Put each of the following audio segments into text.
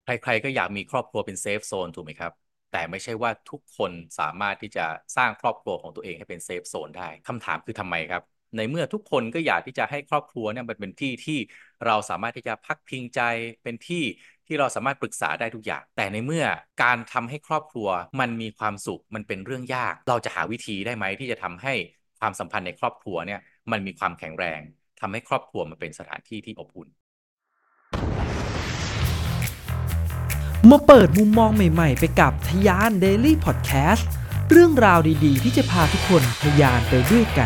ใครๆก็อยากมีครอบครัวเป็นเซฟโซนถูกไหมครับแต่ไม่ใช่ว่าทุกคนสามารถที่จะสร้างครอบครัวของตัวเองให้เป็นเซฟโซนได้คำถามคือทำไมครับในเมื่อทุกคนก็อยากที่จะให้ครอบครัวเนี่ยมันเป็นที่ที่เราสามารถที่จะพักพิงใจเป็นที่ที่เราสามารถปรึกษาได้ทุกอย่างแต่ในเมื่อการทำให้ครอบครัวมันมีความสุขมันเป็นเรื่องยากเราจะหาวิธีได้ไหมที่จะทำให้ความสัมพันธ์ในครอบครัวเนี่ยมันมีความแข็งแรงทำให้ครอบครัวมันเป็นสถานที่ที่อบอุ่นมาเปิดมุมมองใหม่ๆไปกับทยาน Daily Podcast เรื่องราวดีๆที่จะพาทุกคนทยานไปด้วยกัน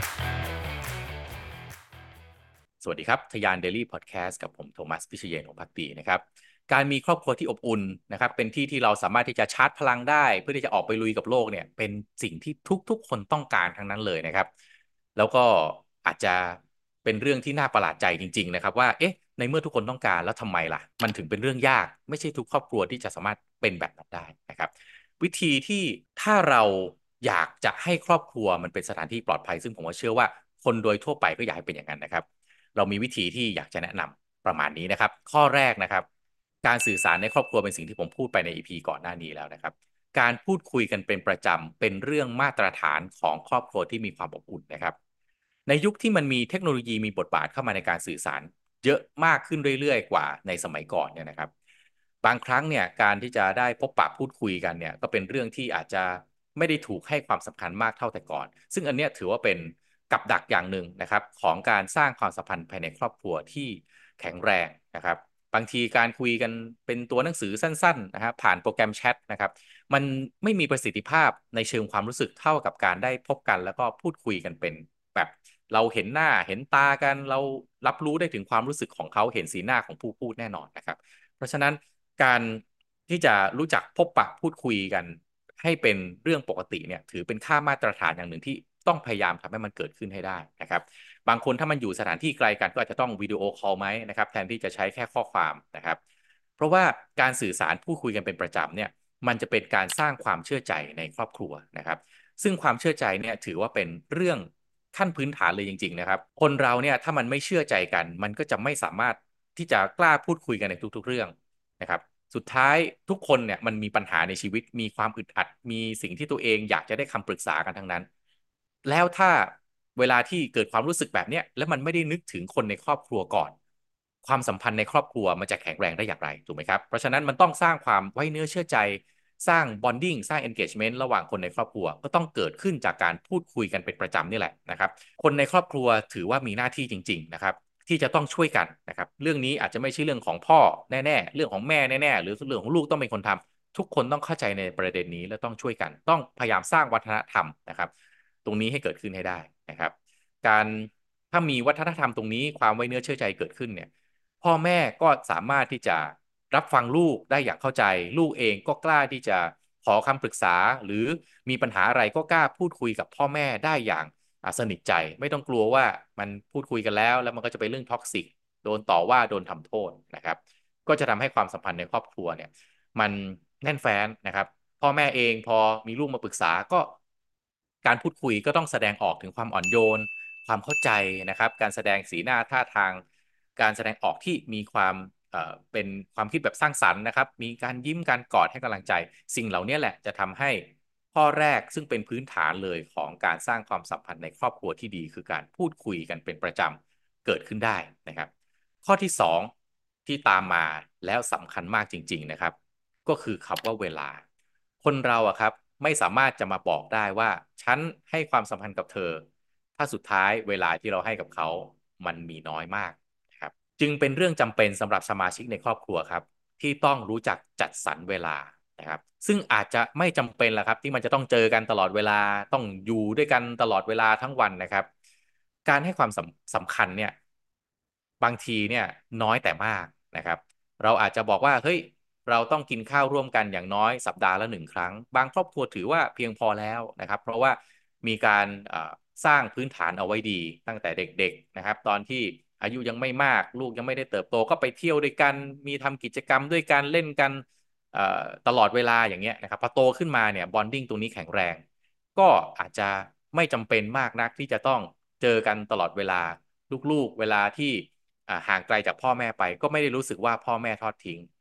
สวัสดีครับทยาน Daily Podcast กับผมโทมัสพิเชยนของภักดีนะครับการมีครอบครัวที่อบอุ่นนะครับเป็นที่ที่เราสามารถที่จะชาร์จพลังได้เพื่อที่จะออกไปลุยกับโลกเนี่ยเป็นสิ่งที่ทุกๆคนต้องการทั้งนั้นเลยนะครับแล้วก็อาจจะเป็นเรื่องที่น่าประหลาดใจจริงๆนะครับว่าเอ๊ะในเมื่อทุกคนต้องการแล้วทำไมล่ะมันถึงเป็นเรื่องยากไม่ใช่ทุกครอบครัวที่จะสามารถเป็นแบบนั้นได้นะครับวิธีที่ถ้าเราอยากจะให้ครอบครัวมันเป็นสถานที่ปลอดภัยซึ่งผมว่าเชื่อว่าคนโดยทั่วไปก็อยากให้เป็นอย่างนั้นนะครับ เรามีวิธีที่อยากจะแนะนำประมาณนี้นะครับข้อแรกนะครับการสื่อสารในครอบครัวเป็นสิ่งที่ผมพูดไปใน EP ก่อนหน้านี้แล้วนะครับการพูดคุยกันเป็นประจำเป็นเรื่องมาตรฐานของครอบครัวที่มีความอบอุ่นนะครับในยุคที่มันมีเทคโนโลยีมีบทบาทเข้ามาในการสื่อสารเยอะมากขึ้นเรื่อยๆกว่าในสมัยก่อนเนี่ยนะครับบางครั้งเนี่ยการที่จะได้พบปะพูดคุยกันเนี่ยก็เป็นเรื่องที่อาจจะไม่ได้ถูกให้ความสำคัญมากเท่าแต่ก่อนซึ่งอันเนี้ยถือว่าเป็นกับดักอย่างหนึ่งนะครับของการสร้างความสัมพันธ์ภายในครอบครัวที่แข็งแรงนะครับบางทีการคุยกันเป็นตัวหนังสือสั้นๆนะครับผ่านโปรแกรมแชทนะครับมันไม่มีประสิทธิภาพในเชิงความรู้สึกเท่ากับการได้พบกันแล้วก็พูดคุยกันเป็นแบบเราเห็นหน้าเห็นตากันเรารับรู้ได้ถึงความรู้สึกของเขาเห็นสีหน้าของผู้พูดแน่นอนนะครับเพราะฉะนั้นการที่จะรู้จักพบปะพูดคุยกันให้เป็นเรื่องปกติเนี่ยถือเป็นค่ามาตรฐานอย่างหนึ่งที่ต้องพยายามทำให้มันเกิดขึ้นให้ได้นะครับบางคนถ้ามันอยู่สถานที่ไกลกันก็อาจจะต้องวิดีโอคอลไหมนะครับแทนที่จะใช้แค่ข้อความนะครับเพราะว่าการสื่อสารพูดคุยกันเป็นประจำเนี่ยมันจะเป็นการสร้างความเชื่อใจในครอบครัวนะครับซึ่งความเชื่อใจเนี่ยถือว่าเป็นเรื่องขั้นพื้นฐานเลยจริงๆนะครับคนเราเนี่ยถ้ามันไม่เชื่อใจกันมันก็จะไม่สามารถที่จะกล้าพูดคุยกันในทุกๆเรื่องนะครับสุดท้ายทุกคนเนี่ยมันมีปัญหาในชีวิตมีความอึดอัดมีสิ่งที่ตัวเองอยากจะได้คำปรึกษากันทั้งนั้นแล้วถ้าเวลาที่เกิดความรู้สึกแบบเนี้ยแล้วมันไม่ได้นึกถึงคนในครอบครัวก่อนความสัมพันธ์ในครอบครัวมันจะแข็งแรงได้อย่างไรถูกไหมครับเพราะฉะนั้นมันต้องสร้างความไว้เนื้อเชื่อใจสร้าง bonding สร้าง engagement ระหว่างคนในครอบครัวก็ต้องเกิดขึ้นจากการพูดคุยกันเป็นประจำนี่แหละนะครับคนในครอบครัวถือว่ามีหน้าที่จริงๆนะครับที่จะต้องช่วยกันนะครับเรื่องนี้อาจจะไม่ใช่เรื่องของพ่อแน่ๆเรื่องของแม่แน่ๆหรือเรื่องของลูกต้องเป็นคนทำทุกคนต้องเข้าใจในประเด็นนี้และต้องช่วยกันต้องพยายามสร้างวัฒนธรรมนะครับตรงนี้ให้เกิดขึ้นให้ได้นะครับการถ้ามีวัฒนธรรมตรงนี้ความไว้เนื้อเชื่อใจเกิดขึ้นเนี่ยพ่อแม่ก็สามารถที่จะรับฟังลูกได้อย่างเข้าใจลูกเองก็กล้าที่จะขอคำปรึกษาหรือมีปัญหาอะไรก็กล้าพูดคุยกับพ่อแม่ได้อย่างสนิทใจไม่ต้องกลัวว่ามันพูดคุยกันแล้วมันก็จะเป็นเรื่องท็อกซิกโดนต่อว่าโดนทำโทษนะครับก็จะทำให้ความสัมพันธ์ในครอบครัวเนี่ยมันแน่นแฟ้นนะครับพ่อแม่เองพอมีลูกมาปรึกษาก็การพูดคุยก็ต้องแสดงออกถึงความอ่อนโยนความเข้าใจนะครับการแสดงสีหน้าท่าทางการแสดงออกที่มีความเป็นความคิดแบบสร้างสรรค์นะครับมีการยิ้มการกอดให้กำลังใจสิ่งเหล่านี้แหละจะทำให้ข้อแรกซึ่งเป็นพื้นฐานเลยของการสร้างความสัมพันธ์ในครอบครัวที่ดีคือการพูดคุยกันเป็นประจำเกิดขึ้นได้นะครับข้อที่สองที่ตามมาแล้วสำคัญมากจริงๆนะครับก็คือคำว่าเวลาคนเราอะครับไม่สามารถจะมาบอกได้ว่าฉันให้ความสัมพันธ์กับเธอถ้าสุดท้ายเวลาที่เราให้กับเขามันมีน้อยมาก จึงเป็นเรื่องจำเป็นสำหรับสมาชิกในครอบครัวครับที่ต้องรู้จักจัดสรรเวลานะครับซึ่งอาจจะไม่จำเป็นละครับที่มันจะต้องเจอกันตลอดเวลาต้องอยู่ด้วยกันตลอดเวลาทั้งวันนะครับการให้ความสำคัญเนี่ยบางทีเนี่ยน้อยแต่มากนะครับเราอาจจะบอกว่าเฮ้ยเราต้องกินข้าวร่วมกันอย่างน้อยสัปดาห์ละ1 ครั้งบางครอบครัวถือว่าเพียงพอแล้วนะครับเพราะว่ามีการสร้างพื้นฐานเอาไว้ดีตั้งแต่เด็กๆนะครับตอนที่อายุยังไม่มากลูกยังไม่ได้เติบโตก็ไปเที่ยวด้วยกันมีทำกิจกรรมด้วยกันเล่นกันตลอดเวลาอย่างเงี้ยนะครับพอโตขึ้นมาเนี่ยบอนดิ้งตรงนี้แข็งแรงก็อาจจะไม่จำเป็นมากนักที่จะต้องเจอกันตลอดเวลาลูกๆเวลาที่ห่างไกลจากพ่อแม่ไปก็ไม่ได้รู้สึกว่าพ่อแม่ทอดทิ้งนะครับ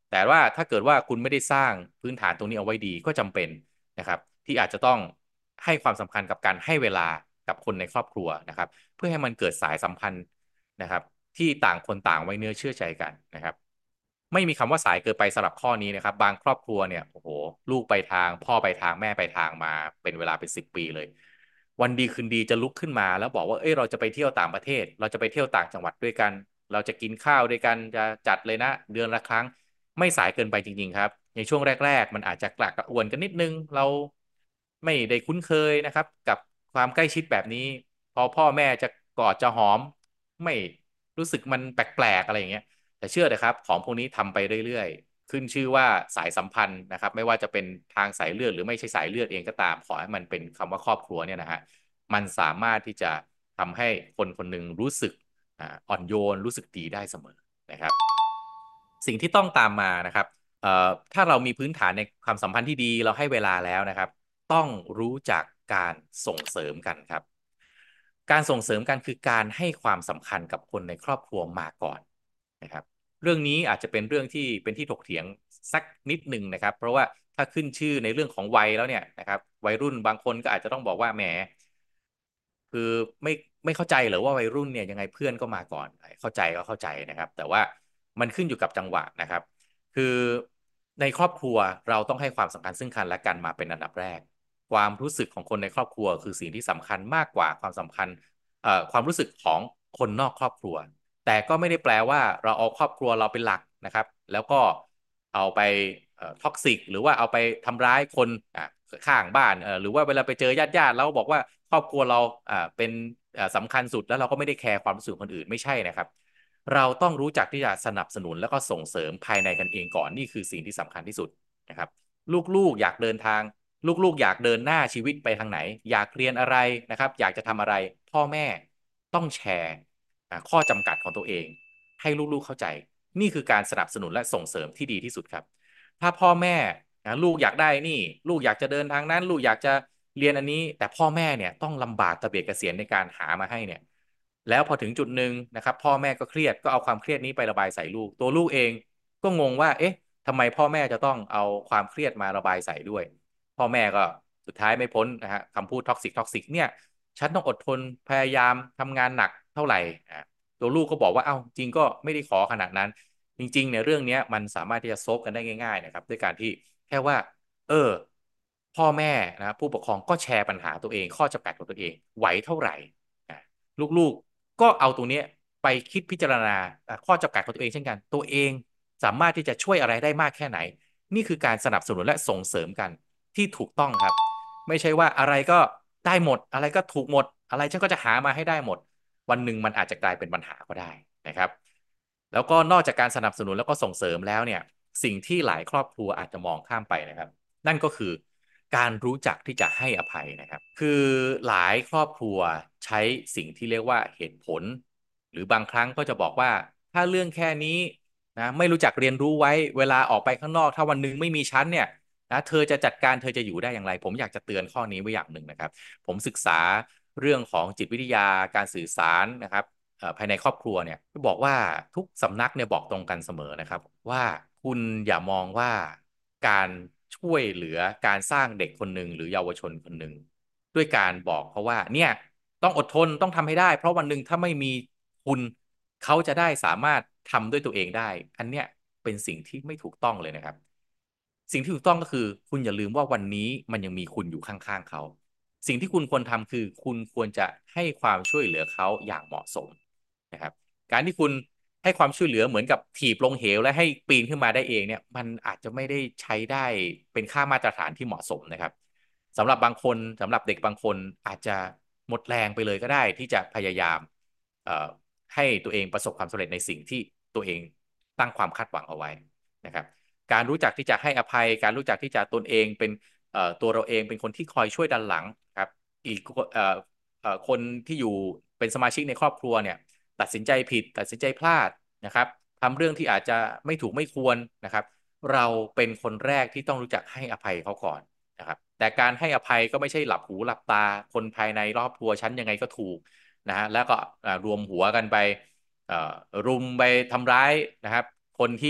แต่ว่าถ้าเกิดว่าคุณไม่ได้สร้างพื้นฐานตรงนี้เอาไว้ดีก็จำเป็นนะครับที่อาจจะต้องให้ความสำคัญกับการให้เวลากับคนในครอบครัวนะครับเพื่อให้มันเกิดสายสัมพันธ์นะครับที่ต่างคนต่างไว้เนื้อเชื่อใจกันนะครับไม่มีคำว่าสายเกินไปสำหรับข้อนี้นะครับบางครอบครัวเนี่ยโอ้โหลูกไปทางพ่อไปทางแม่ไปทางมาเป็นเวลาเป็น10 ปีเลยวันดีคืนดีจะลุกขึ้นมาแล้วบอกว่าเอ้ยเราจะไปเที่ยวต่างประเทศเราจะไปเที่ยวต่างจังหวัดด้วยกันเราจะกินข้าวด้วยกันจะจัดเลยนะเดือนละครั้งไม่สายเกินไปจริงๆครับในช่วงแรกๆมันอาจจะกระอักกระอ่วนกันนิดนึงเราไม่ได้คุ้นเคยนะครับกับความใกล้ชิดแบบนี้พอพ่อแม่จะกอดจะหอมไม่รู้สึกมันแปลกๆอะไรอย่างเงี้ย แต่เชื่อเลยครับของพวกนี้ทำไปเรื่อยๆขึ้นชื่อว่าสายสัมพันธ์นะครับไม่ว่าจะเป็นทางสายเลือดหรือไม่ใช่สายเลือดเองก็ตามขอให้มันเป็นคำว่าครอบครัวเนี่ยนะฮะมันสามารถที่จะทำให้คนคนหนึ่งรู้สึกอ่อนโยนรู้สึกดีได้เสมอนะครับสิ่งที่ต้องตามมานะครับถ้าเรามีพื้นฐานในความสัมพันธ์ที่ดีเราให้เวลาแล้วนะครับต้องรู้จักการส่งเสริมกันครับการส่งเสริมกันคือการให้ความสำคัญกับคนในครอบครัวมาก่อนนะครับ เรื่องนี้อาจจะเป็นเรื่องที่เป็นที่ถกเถียงสักนิดหนึ่งนะครับเพราะว่าถ้าขึ้นชื่อในเรื่องของวัยแล้วเนี่ยนะครับวัยรุ่นบางคนก็อาจจะต้องบอกว่าแหมคือไม่ไม่เข้าใจเหรอว่าวัยรุ่นเนี่ยยังไงเพื่อนก็มาก่อนเข้าใจก็เข้าใจนะครับแต่ว่ามันขึ้นอยู่กับจังหวะนะครับคือในครอบครัวเราต้องให้ความสำคัญซึ่งกันและกันมาเป็นอันดับแรกความรู้สึกของคนในครอบครัวคือสิ่งที่สำคัญมากกว่าความสำคัญความรู้สึกของคนนอกครอบครัว แต่ก็ไม่ได้แปลว่าเราเอาครอบครัวเราเป็นหลักนะครับแล้วก็เอาไปท็อกซิกหรือว่าเอาไปทำร้ายคนข้างบ้านหรือว่าเวลาไปเจอญาติแล้วบอกว่าครอบครัวเราเป็นสำคัญสุดแล้วเราก็ไม่ได้แคร์ความรู้สึกคนอื่นไม่ใช่นะครับเราต้องรู้จักที่จะสนับสนุนแล้วก็ส่งเสริมภายในกันเองก่อนนี่คือสิ่งที่สำคัญที่สุดนะครับลูกๆอยากเดินทางลูกๆอยากเดินหน้าชีวิตไปทางไหนอยากเรียนอะไรนะครับอยากจะทำอะไรพ่อแม่ต้องแชร์ ข้อจำกัดของตัวเองให้ลูกๆเข้าใจนี่คือการสนับสนุนและส่งเสริมที่ดีที่สุดครับถ้าพ่อแม่ลูกอยากได้นี่ลูกอยากจะเดินทางนั้นลูกอยากจะเรียนอันนี้แต่พ่อแม่เนี่ยต้องลำบากตะเบียดกระเสียนในการหามาให้เนี่ยแล้วพอถึงจุดหนึ่งนะครับพ่อแม่ก็เครียดก็เอาความเครียดนี้ไประบายใส่ลูกตัวลูกเองก็งงว่าเอ๊ะทำไมพ่อแม่จะต้องเอาความเครียดมาระบายใส่ด้วยพ่อแม่ก็สุดท้ายไม่พ้นนะฮะคำพูดท็อกซิกเนี่ยฉันต้องอดทนพยายามทำงานหนักเท่าไหร่ ตัวลูกก็บอกว่าเอ้าจริงก็ไม่ได้ขอขนาดนั้นจริงๆเนี่ยเรื่องนี้มันสามารถที่จะซฟกันได้ง่ายๆนะครับด้วยการที่แค่ว่าเออพ่อแม่นะผู้ปกครองก็แชร์ปัญหาตัวเองข้อจำกัดของตัวเองไหวเท่าไหร่อ่ะลูกๆก็เอาตรงนี้ไปคิดพิจารณาข้อจำกัดของตัวเองเช่นกันตัวเองสามารถที่จะช่วยอะไรได้มากแค่ไหนนี่คือการสนับสนุนและส่งเสริมกันที่ถูกต้องครับไม่ใช่ว่าอะไรก็ได้หมดอะไรก็ถูกหมดอะไรฉันก็จะหามาให้ได้หมด วันหนึ่งมันอาจจะกลายเป็นปัญหาก็ได้นะครับแล้วก็นอกจากการสนับสนุนแล้วก็ส่งเสริมแล้วเนี่ยสิ่งที่หลายครอบครัวอาจจะมองข้ามไปนะครับนั่นก็คือการรู้จักที่จะให้อภัยนะครับคือหลายครอบครัวใช้สิ่งที่เรียกว่าเหตุผลหรือบางครั้งก็จะบอกว่าถ้าเรื่องแค่นี้นะไม่รู้จักเรียนรู้ไว้เวลาออกไปข้างนอกถ้าวันหนึ่งไม่มีฉันเนี่ยนะเธอจะจัดการเธอจะอยู่ได้อย่างไรผมอยากจะเตือนข้อนี้ไว้อย่างหนึ่งนะครับ ผมศึกษาเรื่องของจิตวิทยาการสื่อสารนะครับภายในครอบครัวเนี่ยบอกว่าทุกสำนักเนี่ยบอกตรงกันเสมอนะครับว่าคุณอย่ามองว่าการช่วยเหลือการสร้างเด็กคนหนึ่งหรือเยาวชนคนหนึ่งด้วยการบอกเขาว่าเนี่ยต้องอดทนต้องทำให้ได้เพราะวันหนึ่งถ้าไม่มีคุณเขาจะได้สามารถทำด้วยตัวเองได้อันเนี้ยเป็นสิ่งที่ไม่ถูกต้องเลยนะครับสิ่งที่ถูกต้องก็คือคุณอย่าลืมว่าวันนี้มันยังมีคุณอยู่ข้างๆเขา สิ่งที่คุณควรทำคือคุณควรจะให้ความช่วยเหลือเขาอย่างเหมาะสมนะครับการที่คุณให้ความช่วยเหลือเหมือนกับถีบลงเหวและให้ปีนขึ้นมาได้เองเนี่ยมันอาจจะไม่ได้ใช้ได้เป็นค่ามาตรฐานที่เหมาะสมนะครับสำหรับบางคนสำหรับเด็กบางคนอาจจะหมดแรงไปเลยก็ได้ที่จะพยายามเอ่อให้ตัวเองประสบความสำเร็จในสิ่งที่ตัวเองตั้งความคาดหวังเอาไว้นะครับการรู้จักที่จะให้อภัยการรู้จักที่จะตนเองเป็น ตัวเราเองเป็นคนที่คอยช่วยดันหลังครับอีกคนที่อยู่เป็นสมาชิกในครอบครัวเนี่ยตัดสินใจผิดตัดสินใจพลาดนะครับทำเรื่องที่อาจจะไม่ถูกไม่ควรนะครับเราเป็นคนแรกที่ต้องรู้จักให้อภัยเขาก่อนนะครับแต่การให้อภัยก็ไม่ใช่หลับหูหลับตาคนภายในครอบครัวฉันยังไงก็ถูกนะฮะแล้วก็รวมหัวกันไปเอ่อรุมไปทำร้ายนะครับคนที่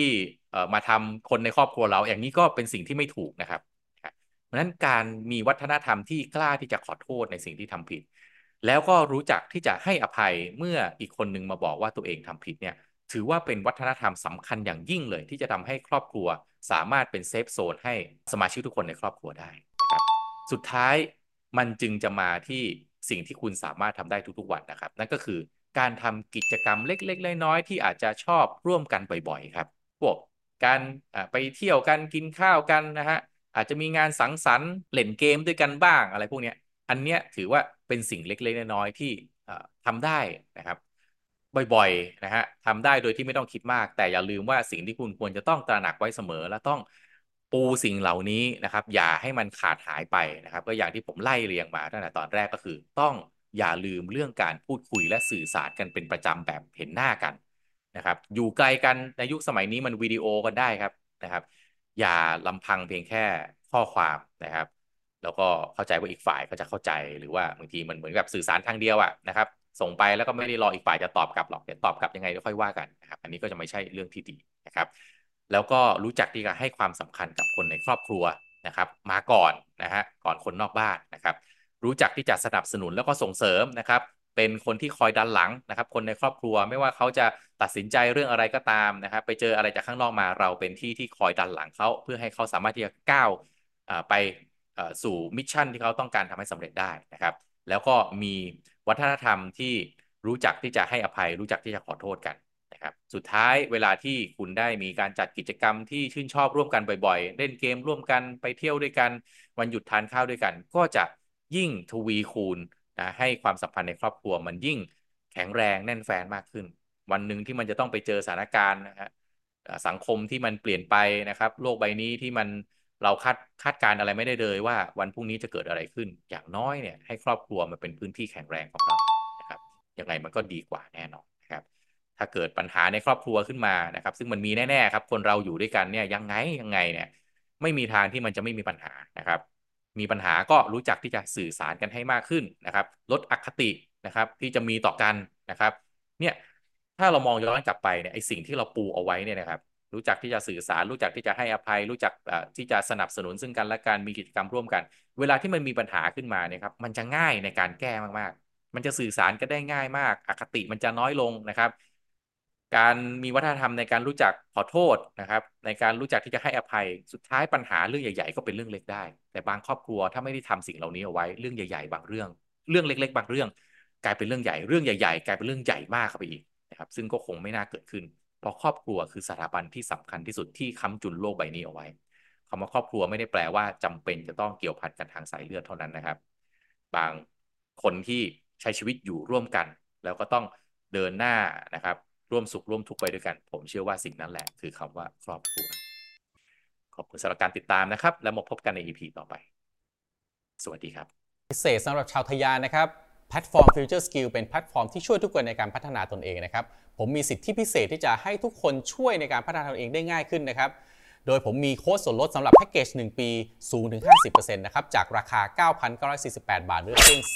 มาทำคนในครอบครัวเราอย่างนี้ก็เป็นสิ่งที่ไม่ถูกนะครับเพราะฉะนั้นการมีวัฒนธรรมที่กล้าที่จะขอโทษในสิ่งที่ทำผิดแล้วก็รู้จักที่จะให้อภัยเมื่ออีกคนหนึ่งมาบอกว่าตัวเองทำผิดเนี่ยถือว่าเป็นวัฒนธรรมสำคัญอย่างยิ่งเลยที่จะทำให้ครอบครัวสามารถเป็นเซฟโซนให้สมาชิกทุกคนในครอบครัวได้นะครับสุดท้ายมันจึงจะมาที่สิ่งที่คุณสามารถทำได้ทุกๆวันนะครับนั่นก็คือการทำกิจกรรมเล็กๆน้อยๆที่อาจจะชอบร่วมกันบ่อยๆครับพวกการไปเที่ยวกันกินข้าวกันนะฮะอาจจะมีงานสังสรรค์เล่นเกมด้วยกันบ้างอะไรพวกนี้อันเนี้ยถือว่าเป็นสิ่งเล็กๆน้อยๆที่ทำได้นะครับบ่อยๆนะฮะทำได้โดยที่ไม่ต้องคิดมากแต่อย่าลืมว่าสิ่งที่คุณควรจะต้องตระหนักไว้เสมอและต้องปูสิ่งเหล่านี้นะครับอย่าให้มันขาดหายไปนะครับก็อย่างที่ผมไล่เรียงมาตั้งแต่ตอนแรกก็คือต้องอย่าลืมเรื่องการพูดคุยและสื่อสารกันเป็นประจำแบบเห็นหน้ากันนะครับอยู่ไกลกันในยุคสมัยนี้มันวิดีโอกันได้ครับนะครับอย่าลำพังเพียงแค่ข้อความนะครับแล้วก็เข้าใจว่าอีกฝ่ายก็จะเข้าใจหรือว่าบางทีมันเหมือนกับสื่อสารทางเดียวอะนะครับส่งไปแล้วก็ไม่ได้รออีกฝ่ายจะตอบกลับหรอกเดี๋ยวตอบกลับยังไงก็ค่อยว่ากันนะครับอันนี้ก็จะไม่ใช่เรื่องที่ดีนะครับแล้วก็รู้จักที่จะให้ความสำคัญกับคนในครอบครัวนะครับมาก่อนนะฮะก่อนคนนอกบ้านนะครับรู้จักที่จะสนับสนุนแล้วก็ส่งเสริมนะครับเป็นคนที่คอยดันหลังนะครับคนในครอบครัวไม่ว่าเขาจะตัดสินใจเรื่องอะไรก็ตามนะครับไปเจออะไรจากข้างนอกมาเราเป็นที่คอยดันหลังเขาเพื่อให้เขาสามารถที่จะก้าวไปสู่มิชชั่นที่เขาต้องการทำให้สำเร็จได้นะครับแล้วก็มีวัฒนธรรมที่รู้จักที่จะให้อภัยรู้จักที่จะขอโทษกันนะครับสุดท้ายเวลาที่คุณได้มีการจัดกิจกรรมที่ชื่นชอบร่วมกันบ่อยๆเล่นเกมร่วมกันไปเที่ยวด้วยกันวันหยุดทานข้าวด้วยกันก็จะยิ่งทวีคูณนะให้ความสัมพันธ์ในครอบครัวมันยิ่งแข็งแรงแน่นแฟนมากขึ้นวันหนึ่งที่มันจะต้องไปเจอสถานการณ์นะฮะสังคมที่มันเปลี่ยนไปนะครับโลกใบนี้ที่มันเราคาดการณ์อะไรไม่ได้เลยว่าวันพรุ่งนี้จะเกิดอะไรขึ้นอย่างน้อยเนี่ยให้ครอบครัวมันเป็นพื้นที่แข็งแรงของเรานะครับยังไงมันก็ดีกว่าแน่นอนนะครับถ้าเกิดปัญหาในครอบครัวขึ้นมานะครับซึ่งมันมีแน่ๆครับคนเราอยู่ด้วยกันเนี่ยยังไงเนี่ยไม่มีทางที่มันจะไม่มีปัญหานะครับมีปัญหาก็รู้จักที่จะสื่อสารกันให้มากขึ้นนะครับลดอคตินะครับที่จะมีต่อกันนะครับเนี่ยถ้าเรามองย้อนกลับไปเนี่ยไอ้สิ่งที่เราปูเอาไว้เนี่ยนะครับรู้จักที่จะสื่อสารรู้จักที่จะให้อภัยรู้จักที่จะสนับสนุนซึ่งกันและกันมีกิจกรรมร่วมกันเวลาที่มันมีปัญหาขึ้นมาเนี่ยครับมันจะง่ายในการแก้มากๆมันจะสื่อสารกันได้ง่ายมากอคติมันจะน้อยลงนะครับการมีวัฒนธรรมในการรู้จักขอโทษนะครับในการรู้จักที่จะให้อภัยสุดท้ายปัญหาเรื่องใหญ่ๆก็เป็นเรื่องเล็กได้แต่บางครอบครัวถ้าไม่ได้ทำสิ่งเหล่านี้เอาไว้เรื่องใหญ่ๆบางเรื่องเล็กๆบางเรื่องกลายเป็นเรื่องใหญ่เรื่องใหญ่ๆกลายเป็นเรื่องใหญ่มากเข้าไปอีกนะครับซึ่งก็คงไม่น่าเกิดขึ้นเพราะครอบครัวคือสถาบันที่สำคัญที่สุดที่ค้ำจุนโลกใบนี้เอาไว้คำว่าครอบครัวไม่ได้แปลว่าจำเป็นจะต้องเกี่ยวพันกันทางสายเลือดเท่านั้นนะครับบางคนที่ใช้ชีวิตอยู่ร่วมกันแล้วก็ต้องเดินหน้านะครับร่วมสุขร่วมทุกข์ไปด้วยกันผมเชื่อว่าสิ่งนั้นแหละคือคำว่าครอบครัวขอบคุณสำหรับการติดตามนะครับแล้วมาพบกันใน EP ต่อไปสวัสดีครับพิเศษสำหรับชาวทยานนะครับแพลตฟอร์ม Future Skill เป็นแพลตฟอร์มที่ช่วยทุกคนในการพัฒนาตนเองนะครับผมมีสิทธิพิเศษที่จะให้ทุกคนช่วยในการพัฒนาตนเองได้ง่ายขึ้นนะครับโดยผมมีโค้ดส่วนลดสำหรับแพ็กเกจ1ปีสูงถึง 50% นะครับจากราคา 9,948 บาทเหลือเพียง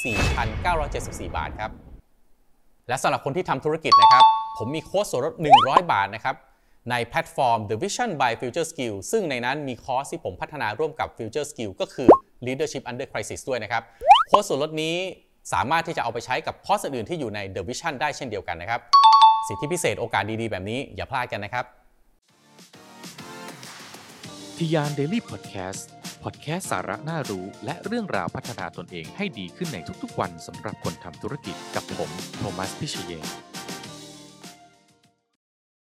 4,974 บาทครับและสำหรับคนที่ทำธุรกิจนะครับผมมีโค้ดส่วนลด100 บาทนะครับในแพลตฟอร์ม The Vision by Future Skill ซึ่งในนั้นมีคอร์สที่ผมพัฒนาร่วมกับ Future Skill ก็คือ Leadership Under Crisis ด้วยนะครับโค้ดส่วนลดนี้สามารถที่จะเอาไปใช้กับคอร์สอื่นๆที่อยู่ใน The Vision ได้เช่นเดียวกันนะครับสิทธิพิเศษโอกาสดีๆแบบนี้อย่าพลาดกันนะครับทยาน Daily Podcast สาระน่ารู้และเรื่องราวพัฒนาตนเองให้ดีขึ้นในทุกๆวันสำหรับคนทำธุรกิจกับผมโทมัสพิเชยน